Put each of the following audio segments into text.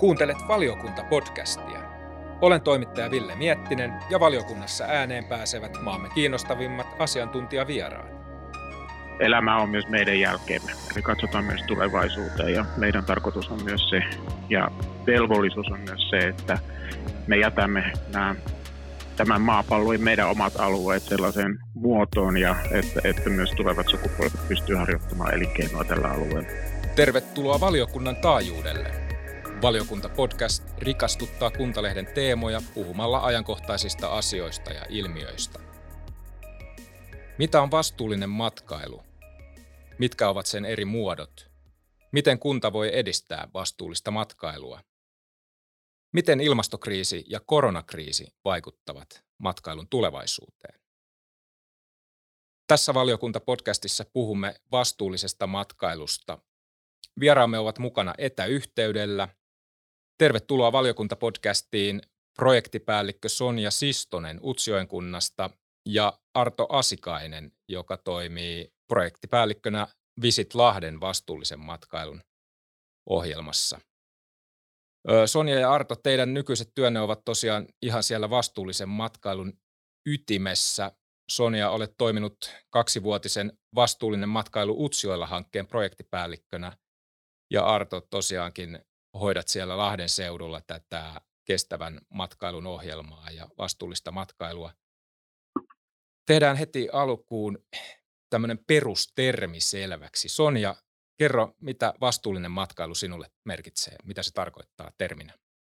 Kuuntelet Valiokunta-podcastia. Olen toimittaja Ville Miettinen ja valiokunnassa ääneen pääsevät maamme kiinnostavimmat asiantuntijavieraat. Elämä on myös meidän jälkeemme, eli katsotaan myös tulevaisuuteen ja meidän tarkoitus on myös se, ja velvollisuus on myös se, että me jätämme tämän maapallon meidän omat alueet sellaiseen muotoon ja että myös tulevat sukupolvet pystyy harjoittamaan elinkeinoa tällä alueella. Tervetuloa valiokunnan taajuudelle. Valiokunta-podcast rikastuttaa Kuntalehden teemoja puhumalla ajankohtaisista asioista ja ilmiöistä. Mitä on vastuullinen matkailu? Mitkä ovat sen eri muodot? Miten kunta voi edistää vastuullista matkailua? Miten ilmastokriisi ja koronakriisi vaikuttavat matkailun tulevaisuuteen? Tässä valiokunta-podcastissa puhumme vastuullisesta matkailusta. Vieraamme ovat mukana etäyhteydellä. Tervetuloa valiokunta-podcastiin projektipäällikkö Sonja Sistonen Utsjoen kunnasta ja Arto Asikainen, joka toimii projektipäällikkönä Visit Lahden vastuullisen matkailun ohjelmassa. Sonja ja Arto, teidän nykyiset työnne ovat tosiaan ihan siellä vastuullisen matkailun ytimessä. Sonja, olet toiminut 2-vuotisen Vastuullinen matkailu Utsjoella -hankkeen projektipäällikkönä ja Arto tosiaankin hoidat siellä Lahden seudulla tätä kestävän matkailun ohjelmaa ja vastuullista matkailua. Tehdään heti alkuun tämmöinen perustermi selväksi. Sonja, kerro, mitä vastuullinen matkailu sinulle merkitsee? Mitä se tarkoittaa terminä?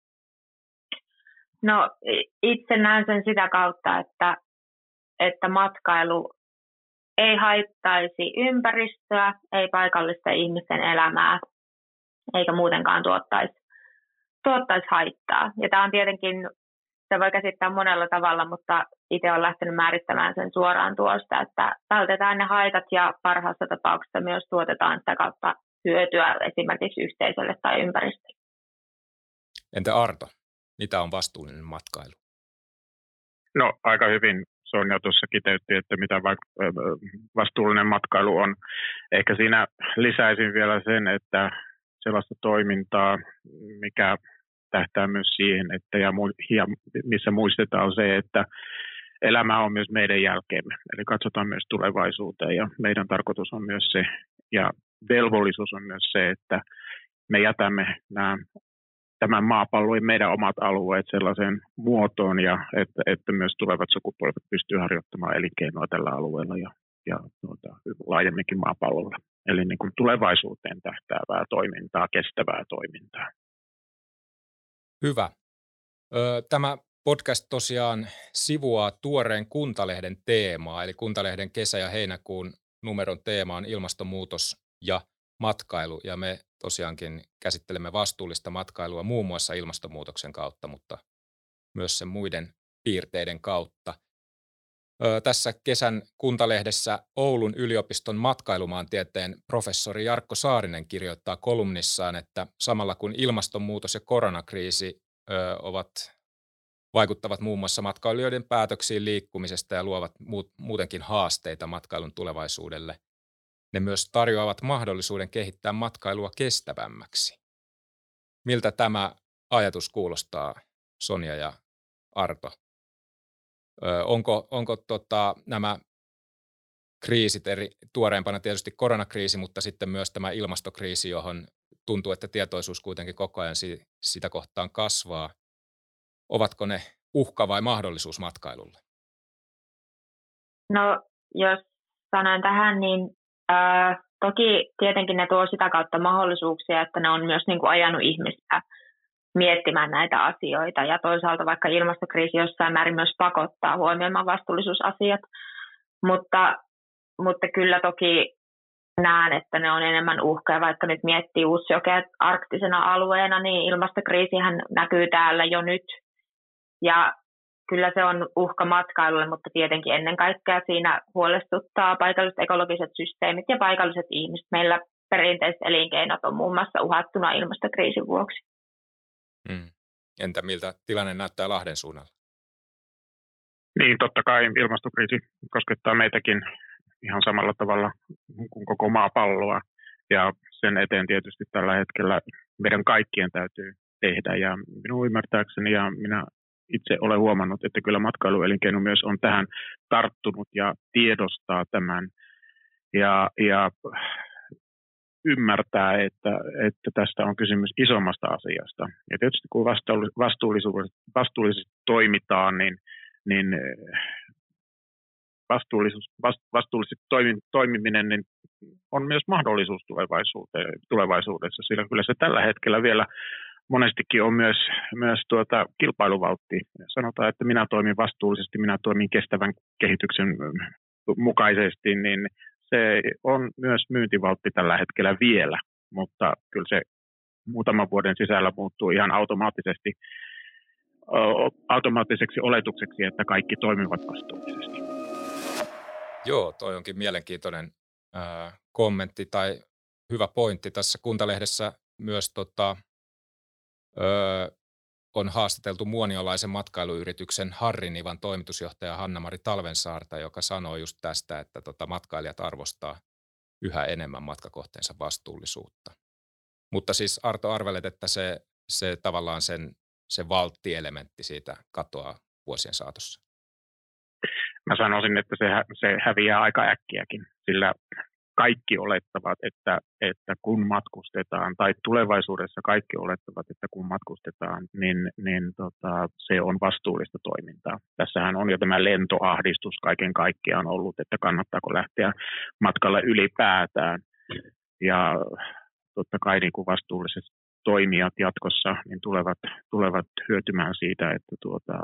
No itse näen sen sitä kautta, että matkailu ei haittaisi ympäristöä, ei paikallista ihmisten elämää, eikä muutenkaan tuottaisi haittaa. Ja tämä on tietenkin, se voi käsittää monella tavalla, mutta itse olen lähtenyt määrittämään sen suoraan tuosta, että vältetään ne haitat ja parhaassa tapauksessa myös tuotetaan sitä kautta hyötyä esimerkiksi yhteisölle tai ympäristölle. Entä Arto, mitä on vastuullinen matkailu? No aika hyvin Sonja tuossa kiteytti, että mitä vastuullinen matkailu on. Ehkä siinä lisäisin vielä sen, että sellaista toimintaa, mikä tähtää myös siihen, että ja missä muistetaan se, että elämä on myös meidän jälkeemme. Eli katsotaan myös tulevaisuuteen ja meidän tarkoitus on myös se, ja velvollisuus on myös se, että me jätämme tämän maapallon meidän omat alueet sellaiseen muotoon ja että myös tulevat sukupolvet pystyy harjoittamaan elinkeinoa tällä alueella ja laajemminkin maapallolla. Eli niin kuin tulevaisuuteen tähtäävää toimintaa, kestävää toimintaa. Hyvä. Tämä podcast tosiaan sivuaa tuoreen Kuntalehden teemaa, eli Kuntalehden kesä- ja heinäkuun numeron teema on ilmastonmuutos ja matkailu, ja me tosiaankin käsittelemme vastuullista matkailua muun muassa ilmastonmuutoksen kautta, mutta myös sen muiden piirteiden kautta. Tässä kesän Kuntalehdessä Oulun yliopiston matkailumaantieteen professori Jarkko Saarinen kirjoittaa kolumnissaan, että samalla kun ilmastonmuutos ja koronakriisi vaikuttavat muun muassa matkailijoiden päätöksiin liikkumisesta ja luovat muutenkin haasteita matkailun tulevaisuudelle, ne myös tarjoavat mahdollisuuden kehittää matkailua kestävämmäksi. Miltä tämä ajatus kuulostaa, Sonja ja Arto? Onko nämä kriisit, tuoreempana tietysti koronakriisi, mutta sitten myös tämä ilmastokriisi, johon tuntuu, että tietoisuus kuitenkin koko ajan sitä kohtaan kasvaa. Ovatko ne uhka vai mahdollisuus matkailulle? No jos sanon tähän, niin toki tietenkin ne tuo sitä kautta mahdollisuuksia, että ne on myös niin kuin ajanut ihmistä miettimään näitä asioita. Ja toisaalta vaikka ilmastokriisi jossain määrin myös pakottaa huomioimaan vastuullisuusasiat. Mutta kyllä toki näen, että ne on enemmän uhka. Ja vaikka nyt miettii Utsjokea arktisena alueena, niin ilmastokriisihän näkyy täällä jo nyt. Ja kyllä se on uhka matkailulle, mutta tietenkin ennen kaikkea siinä huolestuttaa paikalliset ekologiset systeemit ja paikalliset ihmiset. Meillä perinteiset elinkeinot on muun muassa uhattuna ilmastokriisin vuoksi. Entä miltä tilanne näyttää Lahden suunnalla? Niin, totta kai ilmastokriisi koskettaa meitäkin ihan samalla tavalla kuin koko maapalloa. Ja sen eteen tietysti tällä hetkellä meidän kaikkien täytyy tehdä. Ja minun ymmärtääkseni, ja minä itse olen huomannut, että kyllä matkailuelinkeino myös on tähän tarttunut ja tiedostaa tämän ja ymmärtää, että tästä on kysymys isommasta asiasta. Ja tietysti kun vastuullisesti toimitaan, niin vastuullisesti toimiminen niin on myös mahdollisuus tulevaisuudessa, sillä kyllä se tällä hetkellä vielä monestikin on myös kilpailuvaltti. Sanotaan, että minä toimin vastuullisesti, minä toimin kestävän kehityksen mukaisesti, niin se on myös myyntivaltti tällä hetkellä vielä, mutta kyllä se muutaman vuoden sisällä muuttuu ihan automaattiseksi oletukseksi, että kaikki toimivat vastuullisesti. Joo, toi onkin mielenkiintoinen kommentti tai hyvä pointti. Tässä Kuntalehdessä myös on haastateltu muoniolaisen matkailuyrityksen Harrinivan toimitusjohtaja Hanna-Mari Talvensaarta, joka sanoo just tästä, että matkailijat arvostaa yhä enemmän matkakohteensa vastuullisuutta. Mutta siis Arto, arvelet, että se tavallaan se valttielementti siitä katoaa vuosien saatossa? Mä sanoisin, että se häviää aika äkkiäkin, sillä kaikki olettavat, että kun matkustetaan, tai tulevaisuudessa kaikki olettavat, että kun matkustetaan, niin se on vastuullista toimintaa. Tässähän on jo tämä lentoahdistus kaiken kaikkiaan ollut, että kannattaako lähteä matkalle ylipäätään. Ja totta kai niin kuin vastuulliset toimijat jatkossa niin tulevat hyötymään siitä, että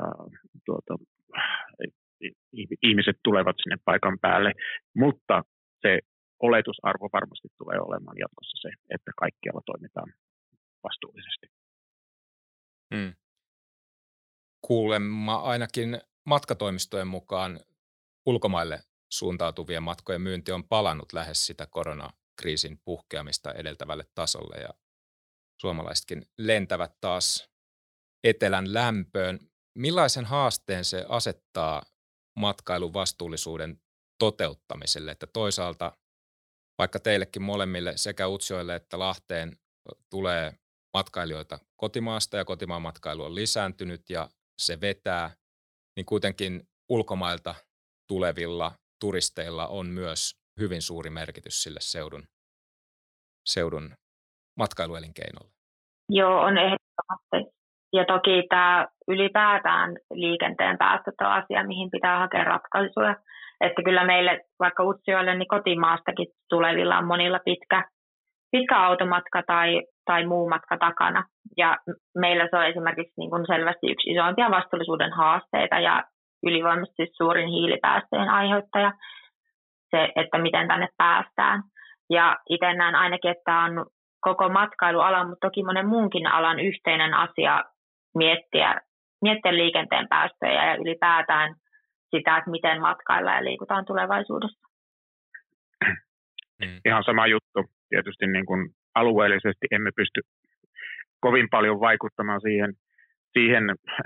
ihmiset tulevat sinne paikan päälle, mutta se oletusarvo varmasti tulee olemaan jatkossa se, että kaikkialla toimitaan vastuullisesti. Kuulemma ainakin matkatoimistojen mukaan ulkomaille suuntautuvien matkojen myynti on palannut lähes sitä koronakriisin puhkeamista edeltävälle tasolle ja suomalaisetkin lentävät taas etelän lämpöön. Millaisen haasteen se asettaa matkailun vastuullisuuden toteuttamiselle, että toisaalta vaikka teillekin molemmille sekä Utsjoelle että Lahteen tulee matkailijoita kotimaasta ja kotimaan matkailu on lisääntynyt ja se vetää, niin kuitenkin ulkomailta tulevilla turisteilla on myös hyvin suuri merkitys sille seudun matkailuelinkeinolle. Joo, on ehdottomasti. Ja toki tämä ylipäätään liikenteen päästöt on asia, mihin pitää hakea ratkaisuja. Että kyllä meille vaikka Utsjoelle niin kotimaastakin tulevilla on monilla pitkä automatka tai muu matka takana. Ja meillä se on esimerkiksi niin kuin selvästi yksi isoimpia vastuullisuuden haasteita ja ylivoimaisesti suurin hiilipäästöjen aiheuttaja, se, että miten tänne päästään. Ja itse näen ainakin, että on koko matkailualan, mutta toki monen muunkin alan yhteinen asia miettiä liikenteen päästöjä ja ylipäätään sitä, että miten matkaillaan ja liikutaan tulevaisuudessa. Ihan sama juttu. Tietysti niin kuin alueellisesti emme pysty kovin paljon vaikuttamaan siihen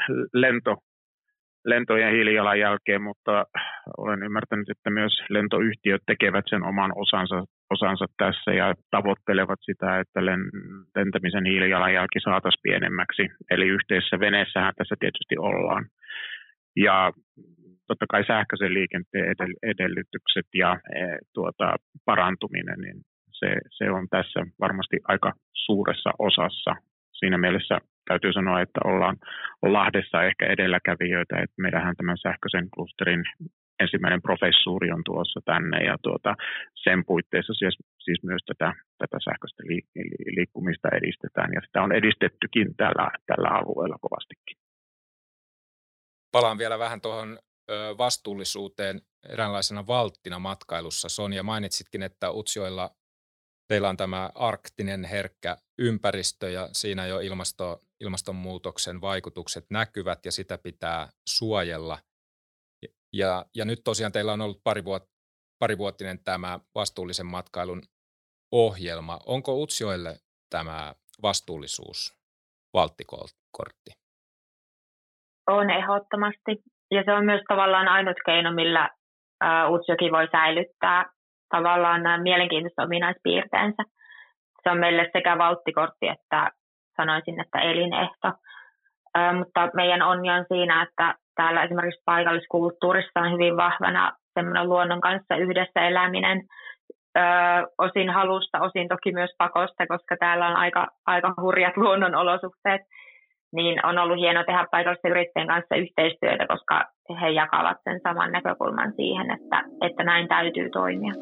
lentojen hiilijalanjälkeen, mutta olen ymmärtänyt, että myös lentoyhtiöt tekevät sen oman osansa tässä ja tavoittelevat sitä, että lentämisen hiilijalanjälki saataisiin pienemmäksi. Eli yhteisessä veneessähän tässä tietysti ollaan. Ja totta kai sähköisen liikenteen edellytykset ja parantuminen, niin se on tässä varmasti aika suuressa osassa. Siinä mielessä täytyy sanoa, että ollaan Lahdessa ehkä edelläkävijöitä, että meillähän tämän sähköisen klusterin ensimmäinen professuuri on tulossa tänne ja sen puitteissa siis myös tätä sähköistä liikkumista edistetään ja sitä on edistettykin tällä alueella kovastikin. Palaan vielä vähän tuohon vastuullisuuteen eräänlaisena valttina matkailussa. Sonja, mainitsitkin, että Utsjoella teillä on tämä arktinen herkkä ympäristö ja siinä jo ilmastonmuutoksen vaikutukset näkyvät ja sitä pitää suojella. Ja nyt tosiaan teillä on ollut parivuotinen tämä vastuullisen matkailun ohjelma. Onko Utsjoelle tämä vastuullisuus valttikortti? On ehdottomasti. Ja se on myös tavallaan ainut keino, millä Utsjoki voi säilyttää tavallaan nämä mielenkiintoiset ominaispiirteensä. Se on meille sekä valttikortti että sanoisin, että elinehto. Mutta meidän onni on siinä, että täällä esimerkiksi paikalliskulttuurissa on hyvin vahvana semmoinen luonnon kanssa yhdessä eläminen, osin halusta, osin toki myös pakosta, koska täällä on aika hurjat luonnonolosuhteet, niin on ollut hienoa tehdä paikallisten yrittäjien kanssa yhteistyötä, koska he jakavat sen saman näkökulman siihen, että näin täytyy toimia.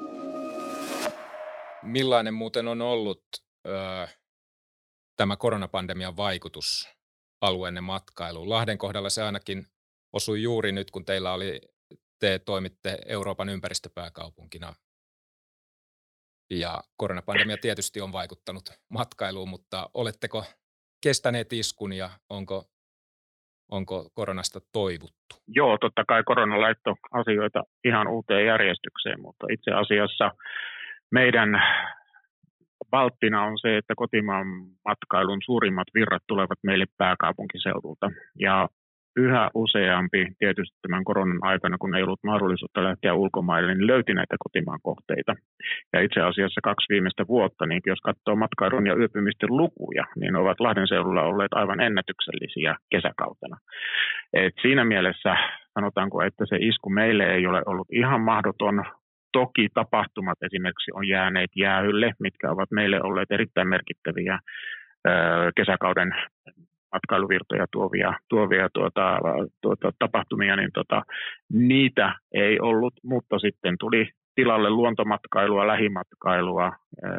Millainen muuten on ollut tämä koronapandemian vaikutus alueenne matkailuun? Lahden kohdalla se ainakin osui juuri nyt, kun te toimitte Euroopan ympäristöpääkaupunkina. Ja koronapandemia tietysti on vaikuttanut matkailuun, mutta oletteko kestäneet iskun ja onko koronasta toivuttu? Joo, totta kai korona laittoi asioita ihan uuteen järjestykseen, mutta itse asiassa meidän valttina on se, että kotimaan matkailun suurimmat virrat tulevat meille pääkaupunkiseudulta. Ja yhä useampi tietysti tämän koronan aikana, kun ei ollut mahdollisuutta lähteä ulkomaille, niin löyti näitä kotimaan kohteita. Ja itse asiassa 2 viimeistä vuotta, niin jos katsoo matkailun ja yöpymisten lukuja, niin ovat Lahden seudulla olleet aivan ennätyksellisiä kesäkautena. Et siinä mielessä sanotaanko, että se isku meille ei ole ollut ihan mahdoton. Toki tapahtumat esimerkiksi on jääneet jäähylle, mitkä ovat meille olleet erittäin merkittäviä kesäkauden matkailuvirtoja tuovia tapahtumia, niin niitä ei ollut, mutta sitten tuli tilalle luontomatkailua, lähimatkailua,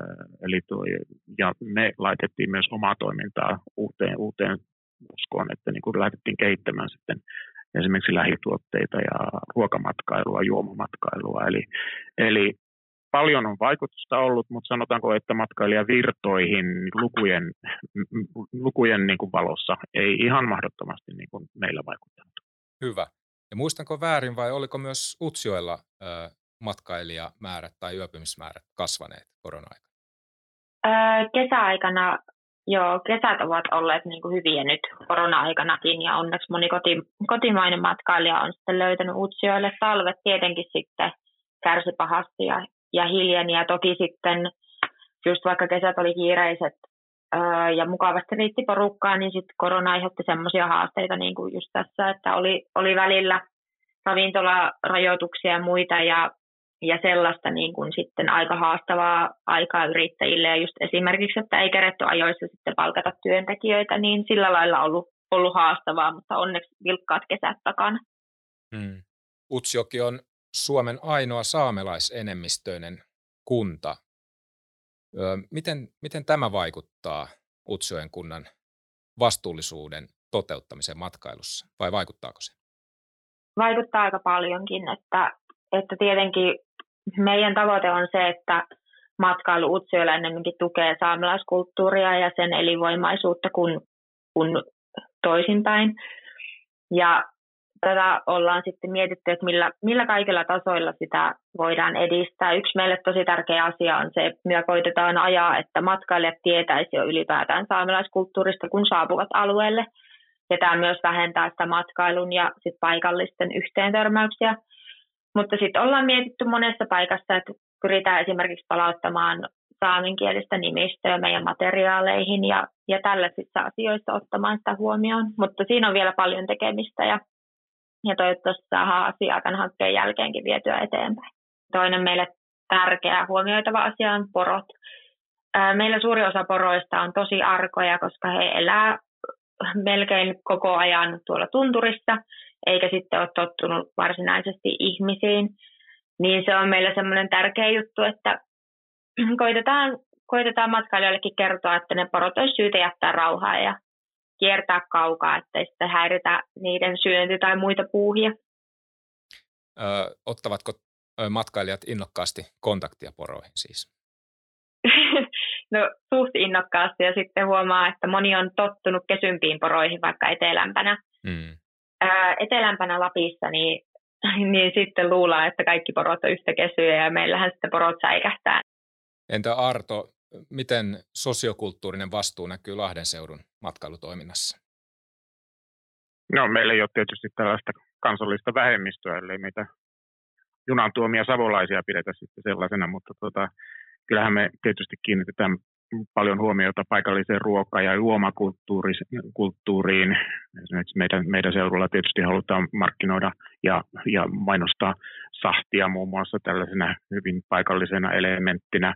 ja me laitettiin myös omaa toimintaa uuteen uskoon, että niin kuin lähdettiin kehittämään sitten esimerkiksi lähituotteita ja ruokamatkailua, juomamatkailua, eli paljon on vaikutusta ollut, mutta sanotaanko, että matkailijavirtoihin lukujen niin kuin valossa ei ihan mahdottomasti niin kuin meillä vaikuttanut. Hyvä. Ja muistanko väärin vai oliko myös Utsjoella matkailijamäärät tai yöpymismäärät kasvaneet korona-aikana? Kesäaikana, joo, kesät ovat olleet niin kuin hyviä nyt korona-aikanakin ja onneksi moni kotimainen matkailija on sitten löytänyt Utsjoelle. Talvet tietenkin sitten kärsi pahasti ja hiljeni ja toki sitten just vaikka kesät oli kiireiset ja mukavasti riitti porukkaa, niin sitten korona aiheutti semmoisia haasteita niin kuin just tässä, että oli välillä ravintolarajoituksia ja muita ja sellaista niin kuin sitten aika haastavaa aikaa yrittäjille ja just esimerkiksi, että ei keretty ajoissa sitten palkata työntekijöitä, niin sillä lailla ollut haastavaa, mutta onneksi vilkkaat kesät takana. Utsjoki on Suomen ainoa saamelaisenemmistöinen kunta. Miten tämä vaikuttaa Utsjoen kunnan vastuullisuuden toteuttamiseen matkailussa, vai vaikuttaako se? Vaikuttaa aika paljonkin, että tietenkin meidän tavoite on se, että matkailu Utsjoella ennemminkin tukee saamelaiskulttuuria ja sen elinvoimaisuutta kuin toisinpäin. Ja tätä ollaan sitten mietitty, että millä kaikilla tasoilla sitä voidaan edistää. Yksi meille tosi tärkeä asia on se, että me koitetaan ajaa, että matkailijat tietäisi jo ylipäätään saamelaiskulttuurista, kun saapuvat alueelle. Ja tämä myös vähentää sitä matkailun ja sit paikallisten yhteentörmäyksiä. Mutta sitten ollaan mietitty monessa paikassa, että pyritään esimerkiksi palauttamaan saamenkielistä nimistöä meidän materiaaleihin ja tällaisissa asioissa ottamaan sitä huomioon. Mutta siinä on vielä paljon tekemistä ja toivottavasti saadaan asiaa tämän hankkeen jälkeenkin vietyä eteenpäin. Toinen meille tärkeä huomioitava asia on porot. Meillä suuri osa poroista on tosi arkoja, koska he elää melkein koko ajan tuolla tunturissa, eikä sitten ole tottunut varsinaisesti ihmisiin. Niin se on meillä semmoinen tärkeä juttu, että koitetaan matkailijoillekin kertoa, että ne porot olisi syytä jättää rauhaan ja kiertää kaukaa, ettei sitten häiritä niiden syönti tai muita puuhia. Ottavatko matkailijat innokkaasti kontaktia poroihin siis? No suht innokkaasti ja sitten huomaa, että moni on tottunut kesympiin poroihin vaikka etelämpänä. Etelämpänä Lapissa, niin sitten luullaan, että kaikki porot on yhtä kesyjä ja meillähän sitten porot säikähtää. Entä Arto, miten sosiokulttuurinen vastuu näkyy Lahden seudun matkailutoiminnassa? No meillä ei ole tietysti tällaista kansallista vähemmistöä, ellei meitä junan tuomia savolaisia pidetä sitten sellaisena, mutta kyllähän me tietysti kiinnitetään paljon huomiota paikalliseen ruokaan ja juomakulttuuriin. Esimerkiksi meidän seudulla tietysti halutaan markkinoida ja mainostaa sahtia muun muassa tällaisena hyvin paikallisena elementtinä.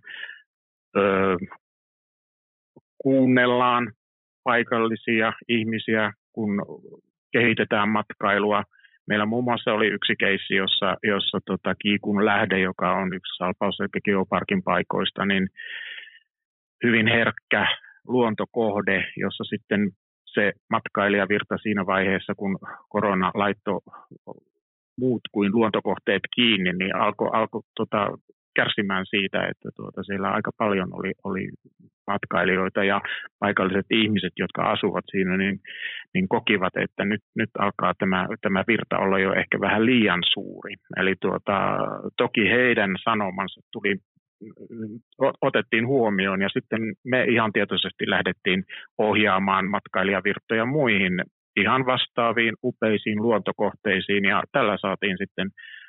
Kuunnellaan paikallisia ihmisiä, kun kehitetään matkailua. Meillä muun muassa oli yksi keissi, jossa Kiikun lähde, joka on yksi Salpausselkä geoparkin paikoista, niin hyvin herkkä luontokohde, jossa sitten se matkailijavirta siinä vaiheessa, kun korona laittoi muut kuin luontokohteet kiinni, niin alkoi kärsimään siitä, että siellä aika paljon oli matkailijoita ja paikalliset ihmiset, jotka asuvat siinä, niin kokivat, että nyt alkaa tämä virta olla jo ehkä vähän liian suuri. Eli toki heidän sanomansa otettiin huomioon ja sitten me ihan tietoisesti lähdettiin ohjaamaan matkailijavirtoja muihin ihan vastaaviin upeisiin luontokohteisiin ja tällä saatiin sitten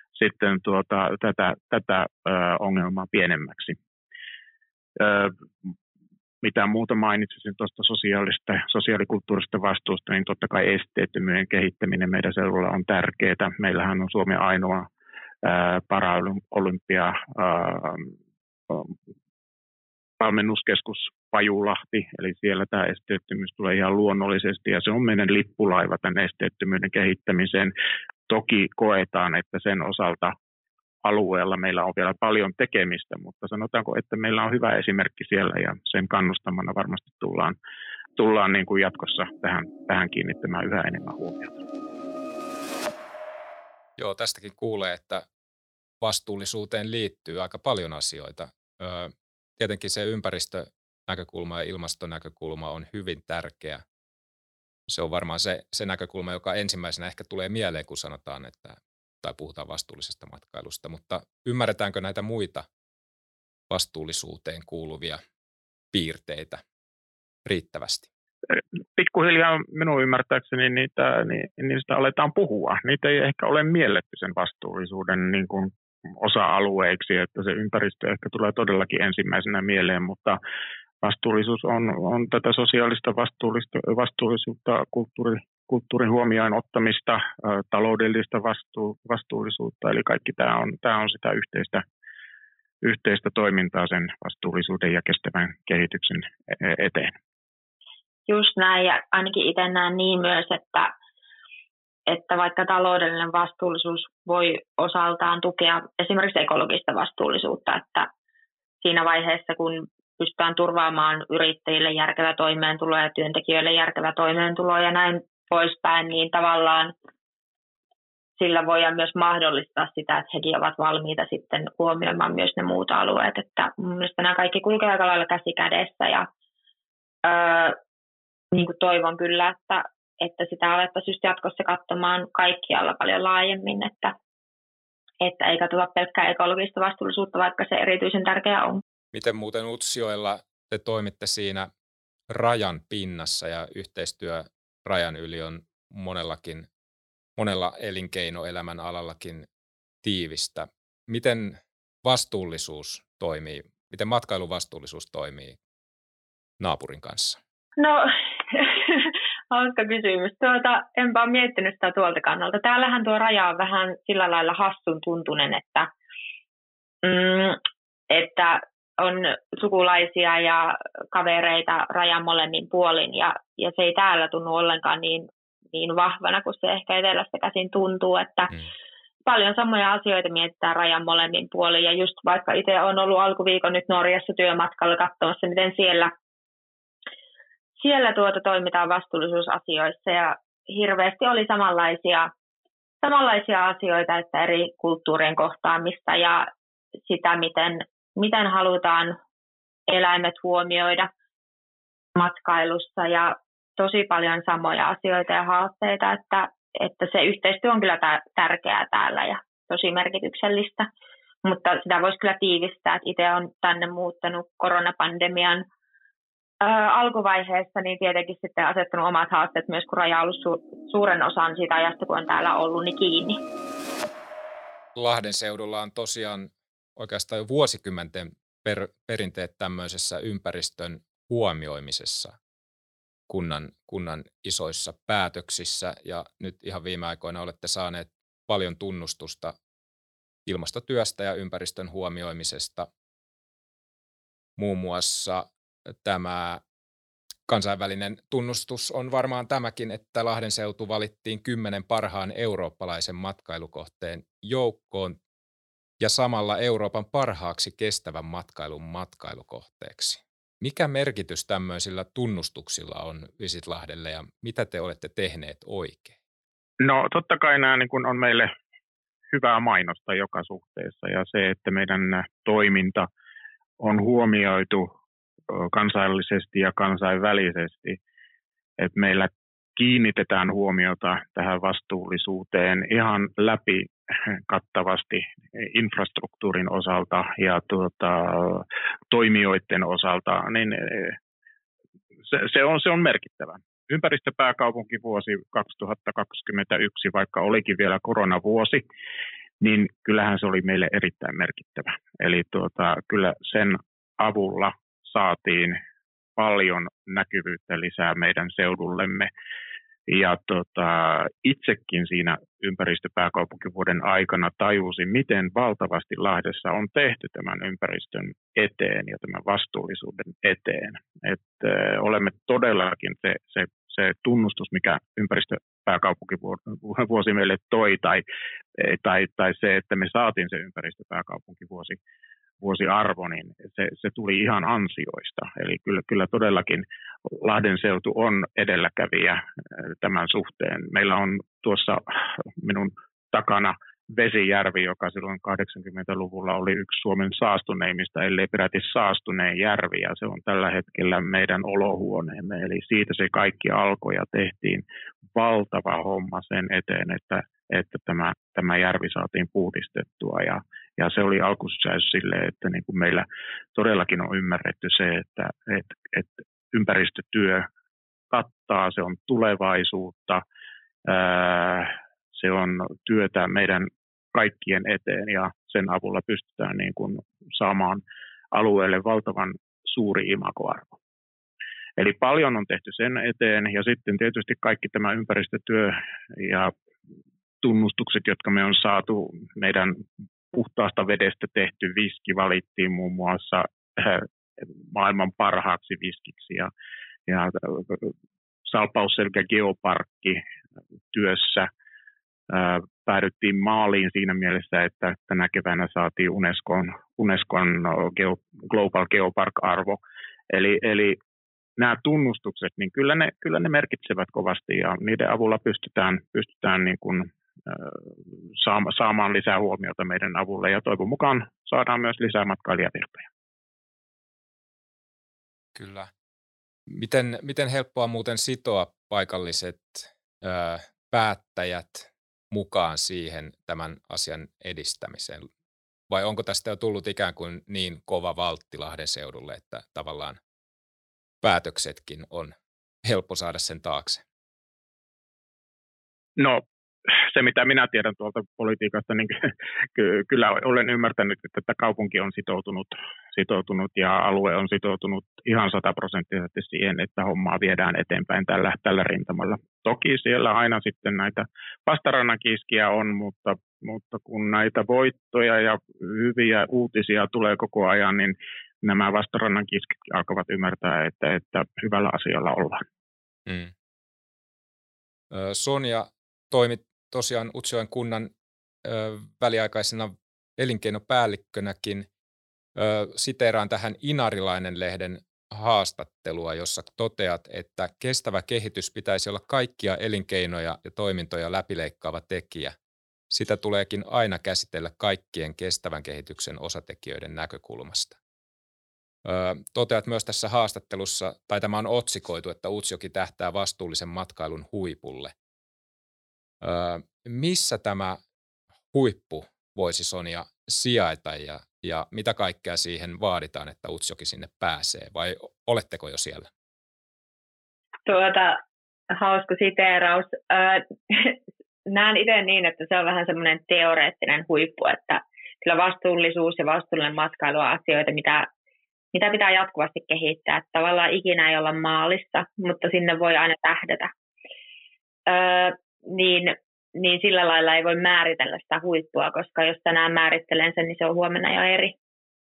tätä ongelmaa pienemmäksi. Mitä muuta mainitsisin tuosta sosiaalikulttuurista vastuusta, niin totta kai esteettömyyden kehittäminen meidän seudulla on tärkeää. Meillähän on Suomen ainoa paraolympia valmennuskeskus Pajulahti, eli siellä tämä esteettömyys tulee ihan luonnollisesti ja se on meidän lippulaiva tämän esteettömyyden kehittämiseen. Toki koetaan, että sen osalta alueella meillä on vielä paljon tekemistä, mutta sanotaanko, että meillä on hyvä esimerkki siellä ja sen kannustamana varmasti tullaan niin kuin jatkossa tähän kiinnittämään yhä enemmän huomiota. Joo, tästäkin kuulee, että vastuullisuuteen liittyy aika paljon asioita. Tietenkin se ympäristönäkökulma ja ilmastonäkökulma on hyvin tärkeä. Se on varmaan se näkökulma, joka ensimmäisenä ehkä tulee mieleen, kun sanotaan, tai puhutaan vastuullisesta matkailusta. Mutta ymmärretäänkö näitä muita vastuullisuuteen kuuluvia piirteitä riittävästi? Pikkuhiljaa minun ymmärtääkseni niistä aletaan puhua. Niitä ei ehkä ole mielletty sen vastuullisuuden niin kuin osa-alueiksi, että se ympäristö ehkä tulee todellakin ensimmäisenä mieleen, mutta vastuullisuus on tätä sosiaalista vastuullisuutta, kulttuurin huomioon ottamista, taloudellista vastuullisuutta, eli kaikki tämä on sitä yhteistä toimintaa sen vastuullisuuden ja kestävän kehityksen eteen. Just näin, ja ainakin itse näen niin myös, että vaikka taloudellinen vastuullisuus voi osaltaan tukea esimerkiksi ekologista vastuullisuutta, että siinä vaiheessa, kun pystytään turvaamaan yrittäjille järkevä toimeentulo ja työntekijöille järkevä toimeentulo ja näin poispäin, niin tavallaan sillä voidaan myös mahdollistaa sitä, että hekin ovat valmiita sitten huomioimaan myös ne muut alueet. Että mun mielestä nämä kaikki kulkee aika lailla käsi kädessä ja niin kuin toivon kyllä, että sitä alettaisiin just jatkossa katsomaan kaikkialla paljon laajemmin, että ei katsota pelkkää ekologista vastuullisuutta, vaikka se erityisen tärkeää on. Miten muuten Utsjoella te toimitte siinä rajan pinnassa ja yhteistyö rajan yli on monella elinkeinoelämän alallakin tiivistä. Miten vastuullisuus toimii? Miten matkailuvastuullisuus toimii naapurin kanssa? No, hauska kysymys. Enpä ole miettinyt sitä tuolta kannalta. Täällähän tuo raja on vähän sillä lailla hassun tuntunen, että on sukulaisia ja kavereita rajan molemmin puolin ja se ei täällä tunnu ollenkaan niin vahvana kuin se ehkä etelästä käsin tuntuu, että paljon samoja asioita mietitään rajan molemmin puolin ja just vaikka itse olen ollut alkuviikon nyt Norjassa työmatkalla katsomassa, miten siellä toimitaan vastuullisuusasioissa ja hirveästi oli samanlaisia asioita, että eri kulttuurien kohtaamista ja sitä, miten halutaan eläimet huomioida matkailussa ja tosi paljon samoja asioita ja haasteita, että se yhteistyö on kyllä tärkeää täällä ja tosi merkityksellistä, mutta sitä voisi kyllä tiivistää, että itse olen tänne muuttanut koronapandemian alkuvaiheessa, niin tietenkin sitten asettanut omat haasteet myös, kun raja on ollut suuren osan siitä ajasta, kun on täällä ollut, niin kiinni. Lahden seudulla on tosiaan oikeastaan jo vuosikymmenten perinteet tämmöisessä ympäristön huomioimisessa kunnan isoissa päätöksissä, ja nyt ihan viime aikoina olette saaneet paljon tunnustusta ilmastotyöstä ja ympäristön huomioimisesta. Muun muassa tämä kansainvälinen tunnustus on varmaan tämäkin, että Lahden seutu valittiin 10 parhaan eurooppalaisen matkailukohteen joukkoon ja samalla Euroopan parhaaksi kestävän matkailun matkailukohteeksi. Mikä merkitys tämmöisillä tunnustuksilla on Visit Lahdelle ja mitä te olette tehneet oikein? No totta kai nämä niin kun on meille hyvää mainosta joka suhteessa ja se, että meidän toiminta on huomioitu kansallisesti ja kansainvälisesti, että meillä kiinnitetään huomiota tähän vastuullisuuteen ihan läpi kattavasti infrastruktuurin osalta ja toimijoiden osalta, niin se on merkittävä. Ympäristöpääkaupunkivuosi 2021, vaikka olikin vielä koronavuosi, niin kyllähän se oli meille erittäin merkittävä. Eli kyllä sen avulla saatiin paljon näkyvyyttä lisää meidän seudullemme. Ja itsekin siinä ympäristöpääkaupunkivuoden aikana tajusin, miten valtavasti Lahdessa on tehty tämän ympäristön eteen ja tämän vastuullisuuden eteen. Että olemme todellakin se tunnustus, mikä ympäristöpääkaupunkivuosi meille toi, tai se, että me saatiin se ympäristöpääkaupunkivuosiarvo, niin se tuli ihan ansioista. Eli kyllä todellakin Lahden seutu on edelläkävijä tämän suhteen. Meillä on tuossa minun takana Vesijärvi, joka silloin 80-luvulla oli yksi Suomen saastuneimmista, ellei peräti saastunein järvi, ja se on tällä hetkellä meidän olohuoneemme. Eli siitä se kaikki alkoi ja tehtiin valtava homma sen eteen, että tämä järvi saatiin puhdistettua. Ja se oli alkusysäys sille, että niin kuin meillä todellakin on ymmärretty se, että ympäristötyö kattaa, se on tulevaisuutta, se on työtä meidän kaikkien eteen ja sen avulla pystytään niin kuin saamaan alueelle valtavan suuri imagoarvo. Eli paljon on tehty sen eteen ja sitten tietysti kaikki tämä ympäristötyö ja tunnustukset, jotka me on saatu, meidän puhtaasta vedestä tehty viski valittiin muun muassa maailman parhaaksi viskiksi ja Salpausselkä geoparkki työssä päädyttiin maaliin siinä mielessä, että tänä keväänä saatiin Unescon Global Geopark-arvo. Eli nämä tunnustukset, niin kyllä ne merkitsevät kovasti ja niiden avulla pystytään niin kuin, saamaan lisää huomiota meidän avulle ja toivon mukaan saadaan myös lisää matkailijavirtoja. Kyllä. Miten helppoa muuten sitoa paikalliset päättäjät mukaan siihen tämän asian edistämiseen? Vai onko tästä jo tullut ikään kuin niin kova valtti Lahden seudulle, että tavallaan päätöksetkin on helppo saada sen taakse? No, se mitä minä tiedän tuolta politiikasta, niin kyllä olen ymmärtänyt, että kaupunki on sitoutunut ja alue on sitoutunut ihan 100% siihen, että hommaa viedään eteenpäin tällä rintamalla. Toki siellä aina sitten näitä vastarannan kiiskiä on, mutta kun näitä voittoja ja hyviä uutisia tulee koko ajan, niin nämä vastarannan kiskit alkavat ymmärtää, että hyvällä asialla ollaan. Sonja toimi tosiaan Utsjoen kunnan väliaikaisena elinkeinopäällikkönäkin. Siteeraan tähän Inarilainen-lehden haastattelua, jossa toteat, että kestävä kehitys pitäisi olla kaikkia elinkeinoja ja toimintoja läpileikkaava tekijä. Sitä tuleekin aina käsitellä kaikkien kestävän kehityksen osatekijöiden näkökulmasta. Toteat myös tässä haastattelussa, tai tämä on otsikoitu, että Utsjoki tähtää vastuullisen matkailun huipulle. Missä tämä huippu voisi, Sonja, sijaita ja mitä kaikkea siihen vaaditaan, että Utsjoki sinne pääsee, vai oletteko jo siellä? Hauska siteeraus. Näen itse niin, että se on vähän semmoinen teoreettinen huippu, että kyllä vastuullisuus ja vastuullinen matkailu on asioita, mitä pitää jatkuvasti kehittää. Että tavallaan ikinä ei olla maalissa, mutta sinne voi aina tähdätä. Niin sillä lailla ei voi määritellä sitä huippua, koska jos tänään määrittelen sen, niin se on huomenna jo eri.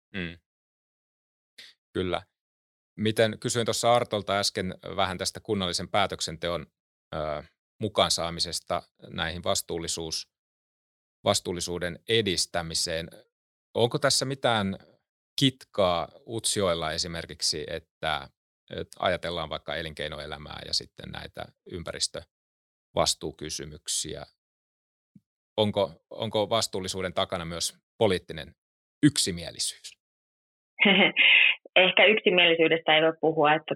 Kyllä. Kysyin tuossa Artolta äsken vähän tästä kunnallisen päätöksenteon mukaan saamisesta näihin vastuullisuuden edistämiseen. Onko tässä mitään kitkaa Utsjoella esimerkiksi, että ajatellaan vaikka elinkeinoelämää ja sitten näitä ympäristövastuukysymyksiä? Onko vastuullisuuden takana myös poliittinen yksimielisyys? Ehkä yksimielisyydestä ei voi puhua, että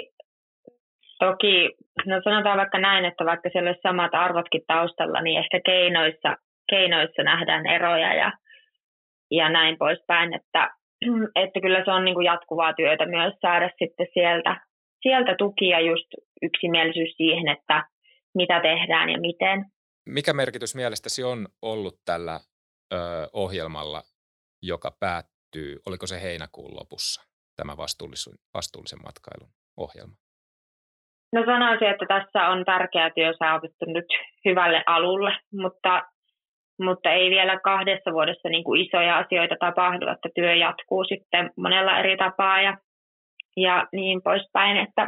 toki no sanotaan vaikka näin, että vaikka siellä olisi samat arvotkin taustalla, niin ehkä keinoissa nähdään eroja ja näin poispäin, että kyllä se on niin kuin jatkuvaa työtä myös saada sitten sieltä tukia just yksimielisyys siihen, että mitä tehdään ja miten. Mikä merkitys mielestäsi on ollut tällä ohjelmalla, joka päättyy, oliko se heinäkuun lopussa, tämä vastuullisen matkailun ohjelma? No sanoisin, että tässä on tärkeä työ saavutettu nyt hyvälle alulle, mutta ei vielä 2 vuodessa niin kuin isoja asioita tapahdu, että työ jatkuu sitten monella eri tapaa ja niin poispäin, että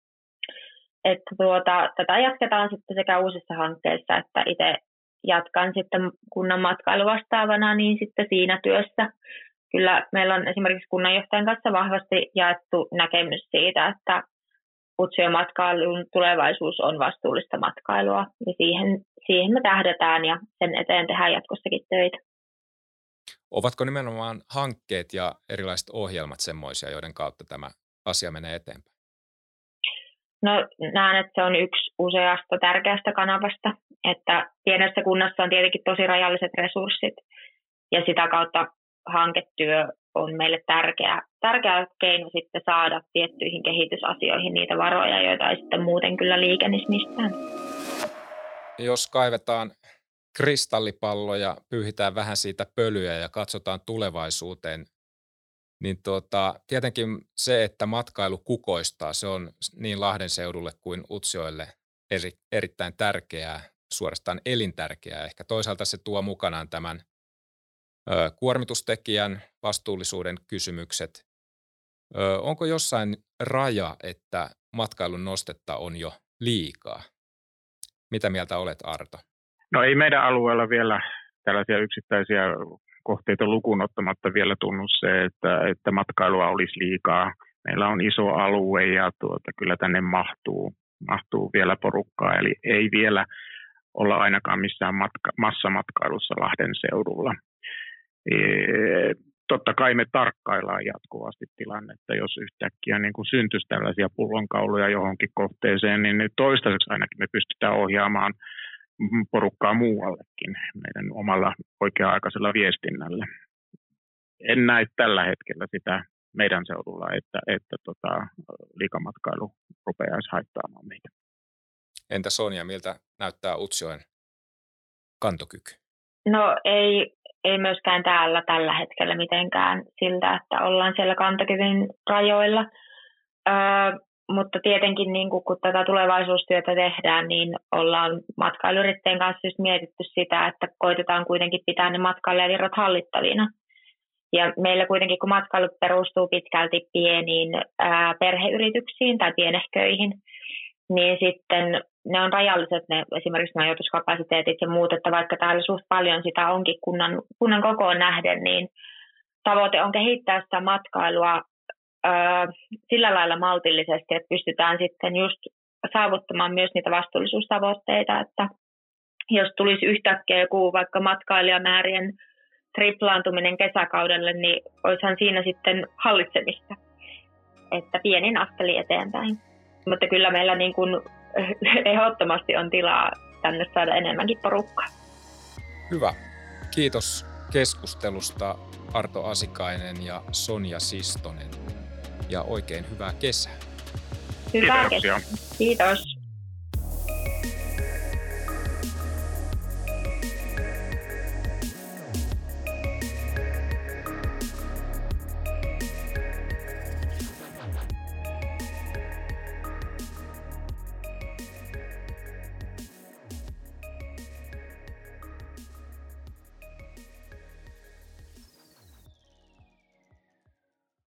tätä jatketaan sitten sekä uusissa hankkeissa, että itse jatkan sitten kunnan matkailuvastaavana, niin sitten siinä työssä. Kyllä meillä on esimerkiksi kunnanjohtajan kanssa vahvasti jaettu näkemys siitä, että Utsjoen matkailun tulevaisuus on vastuullista matkailua ja siihen me tähdätään ja sen eteen tehdään jatkossakin töitä. Ovatko nimenomaan hankkeet ja erilaiset ohjelmat semmoisia, joiden kautta tämä asia menee eteenpäin? No näen, että se on yksi useasta tärkeästä kanavasta, että pienessä kunnassa on tietenkin tosi rajalliset resurssit ja sitä kautta hanketyö on meille tärkeä keino sitten saada tiettyihin kehitysasioihin niitä varoja, joita ei sitten muuten kyllä liikenisi mistään. Jos kaivetaan kristallipallo ja pyyhitään vähän siitä pölyä ja katsotaan tulevaisuuteen, niin tietenkin se, että matkailu kukoistaa, se on niin Lahden seudulle kuin Utsjoelle erittäin tärkeää, suorastaan elintärkeää. Ehkä toisaalta se tuo mukanaan tämän kuormitustekijän, vastuullisuuden kysymykset. Onko jossain raja, että matkailun nostetta on jo liikaa? Mitä mieltä olet, Arto? No ei meidän alueella vielä tällaisia yksittäisiä kohteita lukuun ottamatta vielä tunnu se, että matkailua olisi liikaa. Meillä on iso alue ja kyllä tänne mahtuu vielä porukkaa, eli ei vielä olla ainakaan missään massamatkailussa Lahden seudulla. Totta kai me tarkkaillaan jatkuvasti tilannetta, jos yhtäkkiä niin kuin syntyisi tällaisia pullonkauloja johonkin kohteeseen, niin nyt toistaiseksi ainakin me pystytään ohjaamaan porukkaa muuallekin meidän omalla oikea-aikaisella viestinnällä. En näe tällä hetkellä sitä meidän seudulla, että liikamatkailu rupeaisi haittaamaan meitä. Entä Sonja, miltä näyttää Utsjoen kantokyky? No ei myöskään täällä tällä hetkellä mitenkään siltä, että ollaan siellä kantokyvyn rajoilla. Mutta tietenkin niin kun tätä tulevaisuustyötä tehdään, niin ollaan matkailuyrittäjien kanssa just mietitty sitä, että koitetaan kuitenkin pitää ne matkailijavirrat hallittavina. Ja meillä kuitenkin, kun matkailu perustuu pitkälti pieniin perheyrityksiin tai pienehköihin, niin sitten ne on rajalliset ne esimerkiksi majoituskapasiteetit ja muut, että vaikka täällä suht paljon sitä onkin kunnan kokoon nähden, niin tavoite on kehittää sitä matkailua sillä lailla maltillisesti, että pystytään sitten just saavuttamaan myös niitä vastuullisuustavoitteita, että jos tulisi yhtäkkiä joku vaikka matkailijamäärien triplaantuminen kesäkaudelle, niin olisihan siinä sitten hallitsemista, että pienin askeli eteenpäin. Mutta kyllä meillä niin kuin ehdottomasti on tilaa tänne saada enemmänkin porukkaa. Hyvä. Kiitos keskustelusta Arto Asikainen ja Sonja Sistonen. Ja oikein hyvää kesää. Hyvää kesää. Kiitos.